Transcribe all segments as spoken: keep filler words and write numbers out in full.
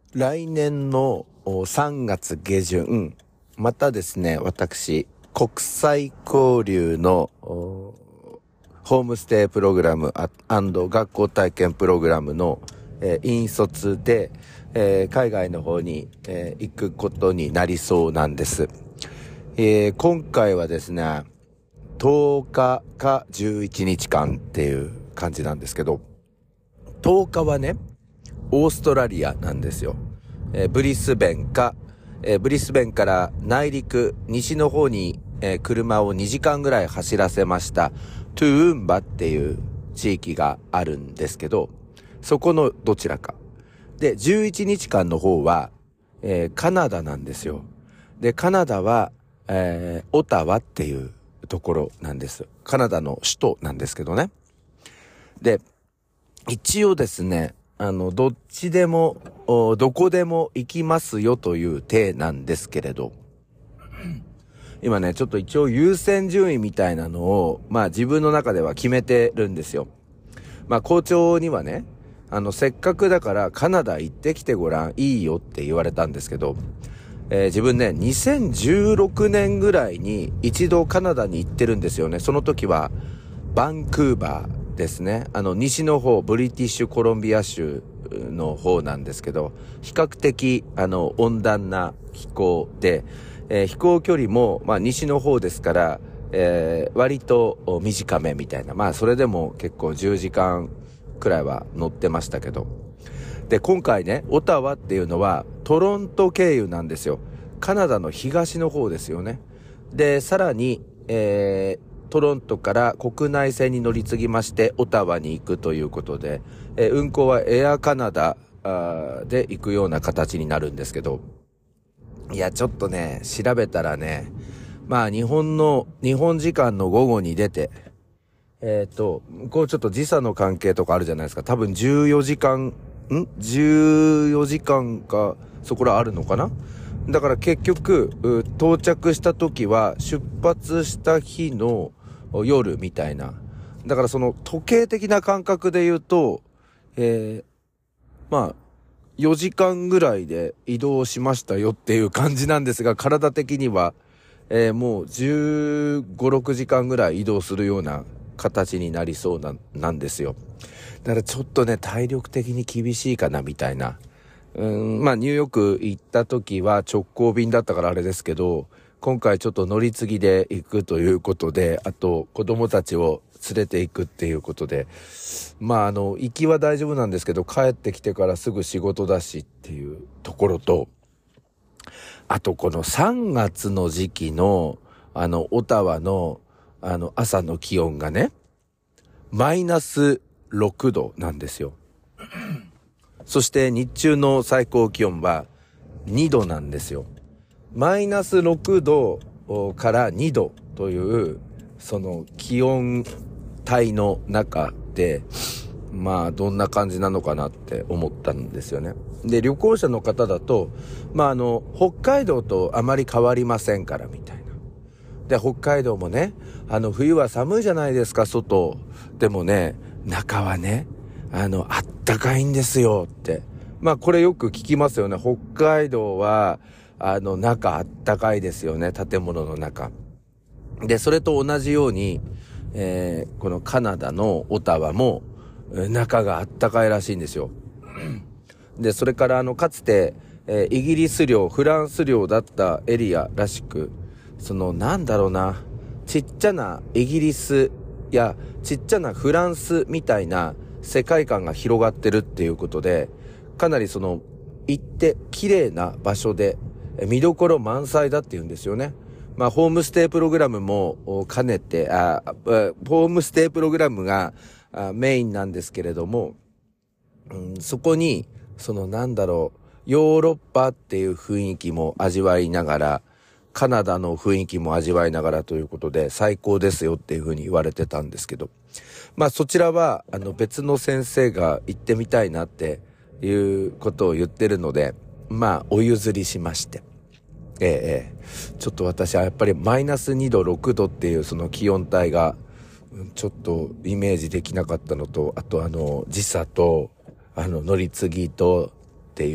来年のさんがつげじゅん、またですね、私、国際交流のホームステイプログラム&学校体験プログラムの、えー、引率で、えー、海外の方に、えー、行くことになりそうなんです。えー、今回はですね、とおかかじゅういちにちかんっていう感じなんですけど、とおかはね、オーストラリアなんですよ。えー、ブリスベンか、えー、ブリスベンから内陸、西の方に、えー、車をにじかんぐらい走らせましたトゥーンバっていう地域があるんですけど、そこのどちらか。で、じゅういちにちかんの方は、えー、カナダなんですよ。で、カナダは、えー、オタワっていうところなんです。カナダの首都なんですけどね。で、一応ですね、あの、どっちでも、どこでも行きますよという体なんですけれど、今ね、ちょっと一応優先順位みたいなのを、まあ自分の中では決めてるんですよ。まあ校長にはね、あの、せっかくだからカナダ行ってきてごらん、いいよって言われたんですけど、えー、自分ね、にせんじゅうろくねんぐらいに一度カナダに行ってるんですよね。その時は、バンクーバー、ですね。あの、西の方、ブリティッシュコロンビア州の方なんですけど、比較的、あの、温暖な気候で、えー、飛行距離も、まあ、西の方ですから、えー、割と短めみたいな。まあ、それでも結構じゅうじかんくらいは乗ってましたけど。で、今回ね、オタワっていうのは、トロント経由なんですよ。カナダの東の方ですよね。で、さらに、えー、トロントから国内線に乗り継ぎましてオタワに行くということで、えー、運航はエアカナダで行くような形になるんですけど、いやちょっとね調べたらね、まあ日本の日本時間の午後に出て、えっとこうちょっと時差の関係とかあるじゃないですか。多分じゅうよじかんんじゅうよじかんかそこらあるのかな。だから結局到着した時は出発した日の夜みたいな。だからその時計的な感覚で言うと、えー、まあ、よじかんぐらいで移動しましたよっていう感じなんですが、体的には、えー、もうじゅうご、ろくじかんぐらい移動するような形になりそうな、なんですよ。だからちょっとね、体力的に厳しいかなみたいな。うん、まあニューヨーク行った時は直行便だったからあれですけど、今回ちょっと乗り継ぎで行くということで、あと子供たちを連れて行くっていうことで、まああの行きは大丈夫なんですけど、帰ってきてからすぐ仕事だしっていうところと、あとこのさんがつの時期のあのオタワのあの朝の気温がね、マイナスろくどなんですよ。そして日中の最高気温はにどなんですよ。マイナスろくどからにどというその気温帯の中で、まあどんな感じなのかなって思ったんですよね。で、旅行者の方だと、まああの北海道とあまり変わりませんからみたいな。で、北海道もね、あの冬は寒いじゃないですか、外。でもね、中はね、あのあったかいんですよって。まあこれよく聞きますよね。北海道はあの中あったかいですよね、建物の中で。それと同じように、えー、このカナダのオタワも中があったかいらしいんですよ。で、それからあのかつて、えー、イギリス領フランス領だったエリアらしく、そのなんだろうな、ちっちゃなイギリスやちっちゃなフランスみたいな世界観が広がってるっていうことで、かなりその行って綺麗な場所で見どころ満載だっていうんですよね。まあホームステイプログラムも兼ねて、あホームステイプログラムがメインなんですけれども、うん、そこにそのなんだろう、ヨーロッパっていう雰囲気も味わいながら、カナダの雰囲気も味わいながらということで最高ですよっていう風に言われてたんですけど、まあそちらはあの別の先生が行ってみたいなっていうことを言ってるので、まあお譲りしまして、ええちょっと私はやっぱりマイナスにどろくどっていうその気温帯がちょっとイメージできなかったのと、あとあの時差とあの乗り継ぎとっていう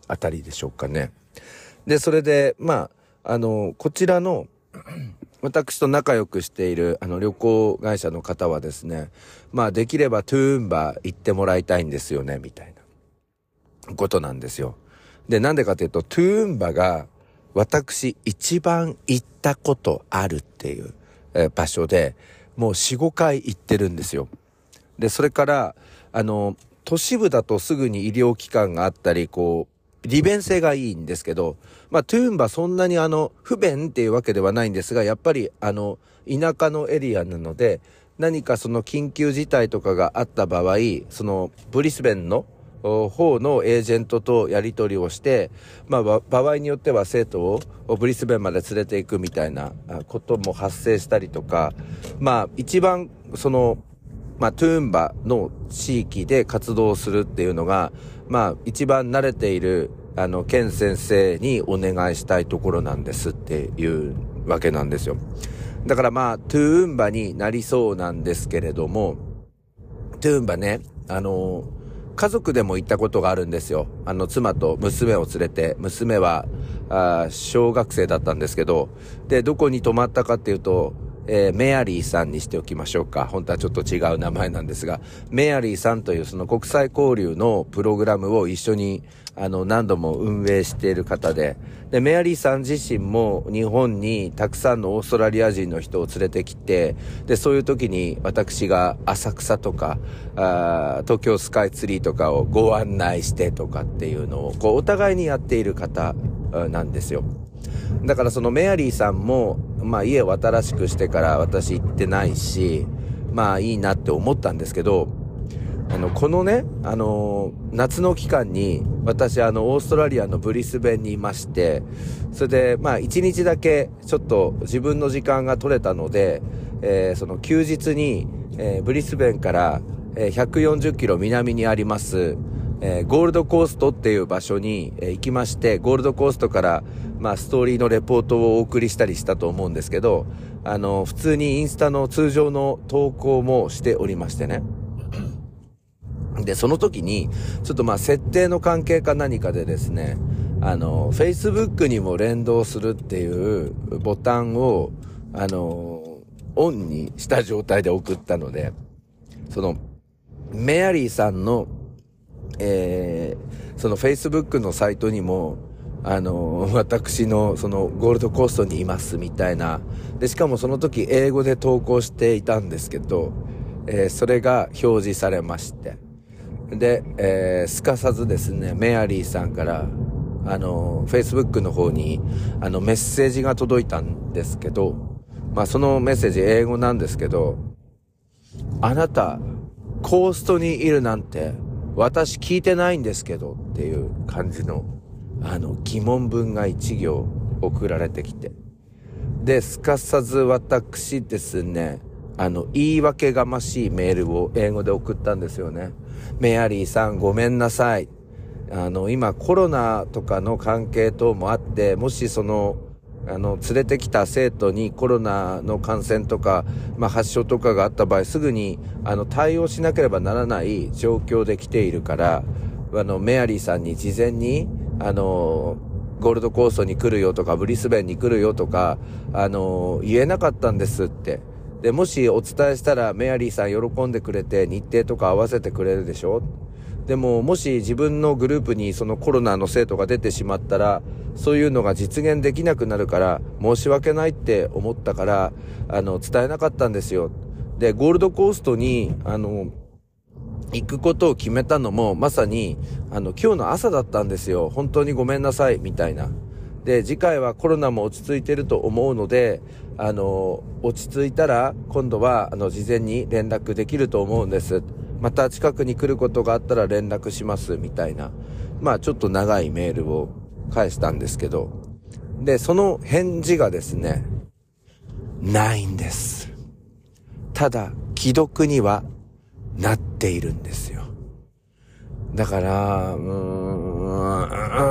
あたりでしょうかね。で、それで、まあ、あの、こちらの、私と仲良くしているあの旅行会社の方はですね、まあできればトゥーンバ行ってもらいたいんですよね、みたいなことなんですよ。で、なんでかというと、トゥーンバが私一番行ったことあるっていう、えー、場所で、もうよん、ごかい行ってるんですよ。で、それから、あの、都市部だとすぐに医療機関があったり、こう、利便性がいいんですけど、まあ、トゥーンバそんなにあの、不便っていうわけではないんですが、やっぱりあの、田舎のエリアなので、何かその緊急事態とかがあった場合、その、ブリスベンの方のエージェントとやり取りをして、まあ、場合によっては生徒をブリスベンまで連れて行くみたいなことも発生したりとか、まあ、一番その、まあ、トゥーンバの地域で活動するっていうのが、まあ、一番慣れている、あの、ケン先生にお願いしたいところなんですっていうわけなんですよ。だからまあ、トゥーンバになりそうなんですけれども、トゥーンバね、あの、家族でも行ったことがあるんですよ。あの、妻と娘を連れて、娘は、あ小学生だったんですけど、で、どこに泊まったかっていうと、えー、メアリーさんにしておきましょうか。本当はちょっと違う名前なんですが、メアリーさんというその国際交流のプログラムを一緒にあの何度も運営している方で、で、メアリーさん自身も日本にたくさんのオーストラリア人の人を連れてきて、で、そういう時に私が浅草とか、あ東京スカイツリーとかをご案内してとかっていうのをこうお互いにやっている方なんですよ。だからそのメアリーさんも、まあ家を新しくしてから私行ってないし、まあいいなって思ったんですけど、あの、このね、あの、夏の期間に私あの、オーストラリアのブリスベンにいまして、それでまあ一日だけちょっと自分の時間が取れたので、えー、その休日に、えー、ブリスベンから、えー、ひゃくよんじゅっキロ南にあります、えー、ゴールドコーストっていう場所に、えー、行きまして、ゴールドコーストからまあストーリーのレポートをお送りしたりしたと思うんですけど、あの普通にインスタの通常の投稿もしておりましてね。で、その時にちょっとまあ設定の関係か何かでですね、あの Facebook にも連動するっていうボタンをあのオンにした状態で送ったので、そのメアリーさんのえー、その Facebook のサイトにもあの私のそのゴールドコーストにいますみたいなで、しかもその時英語で投稿していたんですけど、えー、それが表示されまして、で、えー、すかさずですね、メアリーさんからあの Facebook の方にあのメッセージが届いたんですけど、まあそのメッセージ英語なんですけど、あなたコーストにいるなんて私聞いてないんですけどっていう感じのあの疑問文が一行送られてきて、で、すかさず私ですね、あの言い訳がましいメールを英語で送ったんですよね。メアリーさんごめんなさい。あの今コロナとかの関係等もあって、もしそのあの連れてきた生徒にコロナの感染とか、まあ、発症とかがあった場合すぐにあの対応しなければならない状況で来ているから、あのメアリーさんに事前にあのゴールドコーストに来るよとかブリスベンに来るよとかあの言えなかったんですって。で、もしお伝えしたらメアリーさん喜んでくれて日程とか合わせてくれるでしょ。でももし自分のグループにそのコロナの生徒が出てしまったらそういうのが実現できなくなるから申し訳ないって思ったからあの伝えなかったんですよ。で、ゴールドコーストにあの行くことを決めたのもまさにあの今日の朝だったんですよ。本当にごめんなさいみたいな。で、次回はコロナも落ち着いてると思うのであの落ち着いたら今度はあの事前に連絡できると思うんです。また近くに来ることがあったら連絡しますみたいな、まあちょっと長いメールを返したんですけど、で、その返事がですね、ないんです。ただ既読にはなっているんですよ。だからうーん、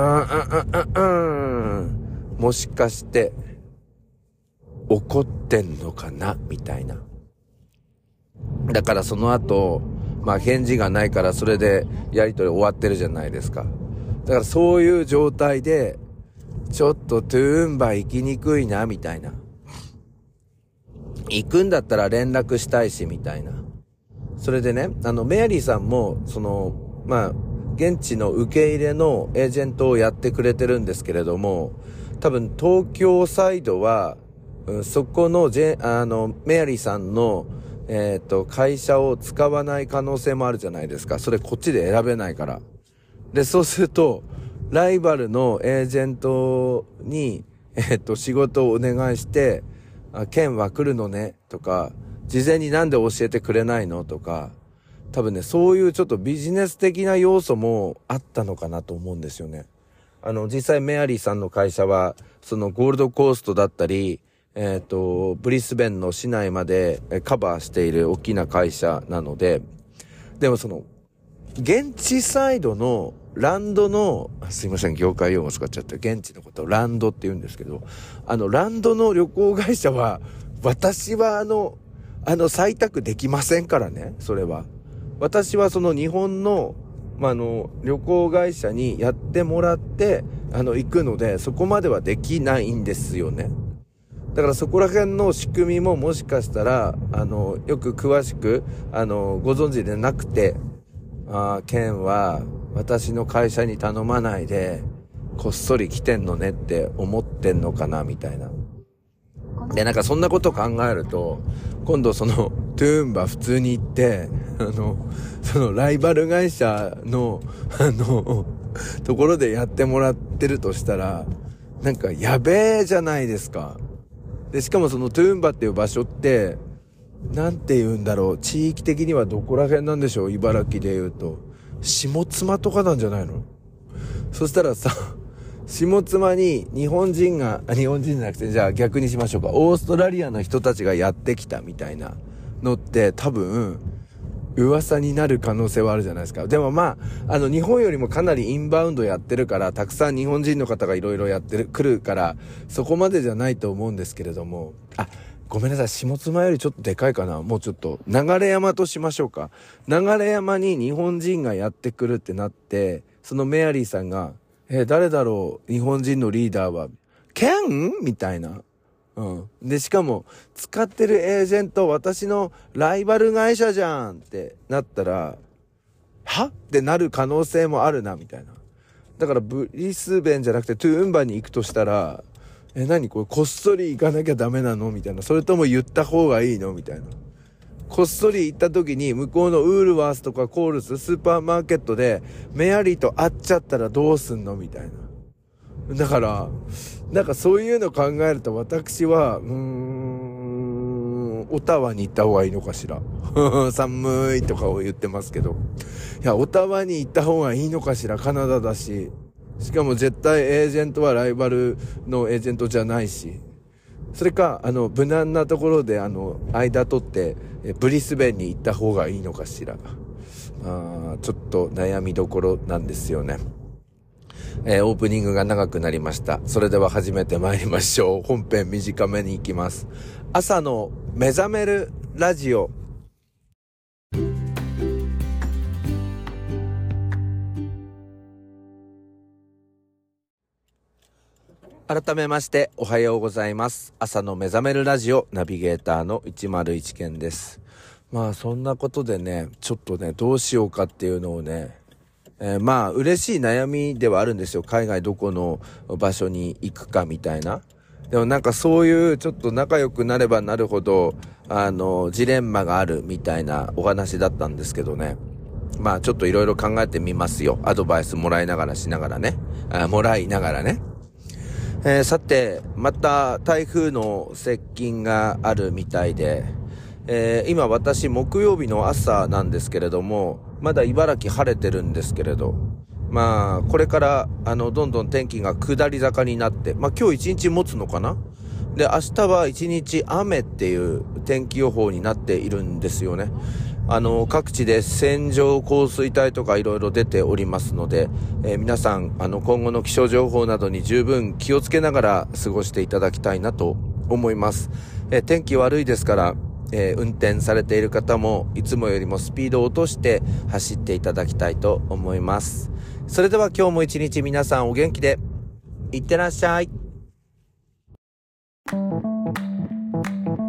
うんもしかして怒ってんのかなみたいな。だからその後まあ返事がないからそれでやりとり終わってるじゃないですか。 だからそういう状態で、ちょっとトゥーンバ行きにくいな、みたいな。行くんだったら連絡したいし、みたいな。それでね、あの、メアリーさんも、その、まあ、現地の受け入れのエージェントをやってくれてるんですけれども、多分東京サイドは、うん、そこのジェ、あの、メアリーさんの、えっと、会社を使わない可能性もあるじゃないですか。それこっちで選べないから。で、そうすると、ライバルのエージェントに、えっと、仕事をお願いして、あ、ケンは来るのね、とか、事前になんで教えてくれないのとか、多分ね、そういうちょっとビジネス的な要素もあったのかなと思うんですよね。あの、実際メアリーさんの会社は、そのゴールドコーストだったり、えっと、ブリスベンの市内までカバーしている大きな会社なので、でもその、現地サイドのランドの、すいません、業界用語使っちゃって、現地のことをランドって言うんですけど、あの、ランドの旅行会社は、私はあの、あの、採択できませんからね、それは。私はその日本の、まあ、あの、旅行会社にやってもらって、あの、行くので、そこまではできないんですよね。だからそこら辺の仕組みももしかしたら、あの、よく詳しく、あの、ご存知でなくて、ああ、ケンは私の会社に頼まないで、こっそり来てんのねって思ってんのかな、みたいな。で、なんかそんなこと考えると、今度その、トゥーンバ普通に行って、あの、そのライバル会社の、あの、ところでやってもらってるとしたら、なんかやべえじゃないですか。で、しかもそのトゥーンバっていう場所って、なんて言うんだろう、地域的にはどこら辺なんでしょう、茨城で言うと。下妻とかなんじゃないの？そしたらさ、下妻に日本人が、日本人じゃなくて、じゃあ逆にしましょうか。オーストラリアの人たちがやってきたみたいなのって多分、噂になる可能性はあるじゃないですか。でもまあ、あの日本よりもかなりインバウンドやってるから、たくさん日本人の方がいろいろやってる、来るから、そこまでじゃないと思うんですけれども、あ、ごめんなさい、下妻よりちょっとでかいかな。もうちょっと、流山としましょうか。流山に日本人がやってくるってなって、そのメアリーさんが、えー、誰だろう、日本人のリーダーは、ケンみたいな。うん。で、しかも、使ってるエージェント、私のライバル会社じゃんってなったら、はってなる可能性もあるな、みたいな。だから、ブリスベンじゃなくて、トゥーンバに行くとしたら、え、何これ、こっそり行かなきゃダメなのみたいな。それとも言った方がいいのみたいな。こっそり行った時に、向こうのウールワースとかコールス、スーパーマーケットで、メアリーと会っちゃったらどうすんのみたいな。だから、なんかそういうの考えると、私は、うーん、オタワに行った方がいいのかしら。寒いとかを言ってますけど。いや、オタワに行った方がいいのかしら。カナダだし。しかも絶対エージェントはライバルのエージェントじゃないし。それか、あの、無難なところで、あの、間取って、ブリスベンに行った方がいいのかしら。あー、ちょっと悩みどころなんですよね。えー、オープニングが長くなりました。それでは始めてまいりましょう。本編短めに行きます。朝の目覚めるラジオ。改めましておはようございます。朝の目覚めるラジオナビゲーターのいちまるいちけんです。まあそんなことでね、ちょっとね、どうしようかっていうのをね、えー、まあ嬉しい悩みではあるんですよ。海外どこの場所に行くかみたいな。でもなんかそういうちょっと仲良くなればなるほど、あの、ジレンマがあるみたいなお話だったんですけどね。まあちょっといろいろ考えてみますよ。アドバイスもらいながらしながらね。あ、もらいながらね。えー、さて、また台風の接近があるみたいで、えー、今私木曜日の朝なんですけれども、まだ茨城晴れてるんですけれど、まあこれからあのどんどん天気が下り坂になって、まあ今日一日持つのかな。で、明日は一日雨っていう天気予報になっているんですよね。あの各地で線状降水帯とかいろいろ出ておりますので、えー、皆さんあの今後の気象情報などに十分気をつけながら過ごしていただきたいなと思います。えー、天気悪いですから、えー、運転されている方もいつもよりもスピードを落として走っていただきたいと思います。 それでは今日も一日皆さんお元気でいってらっしゃい。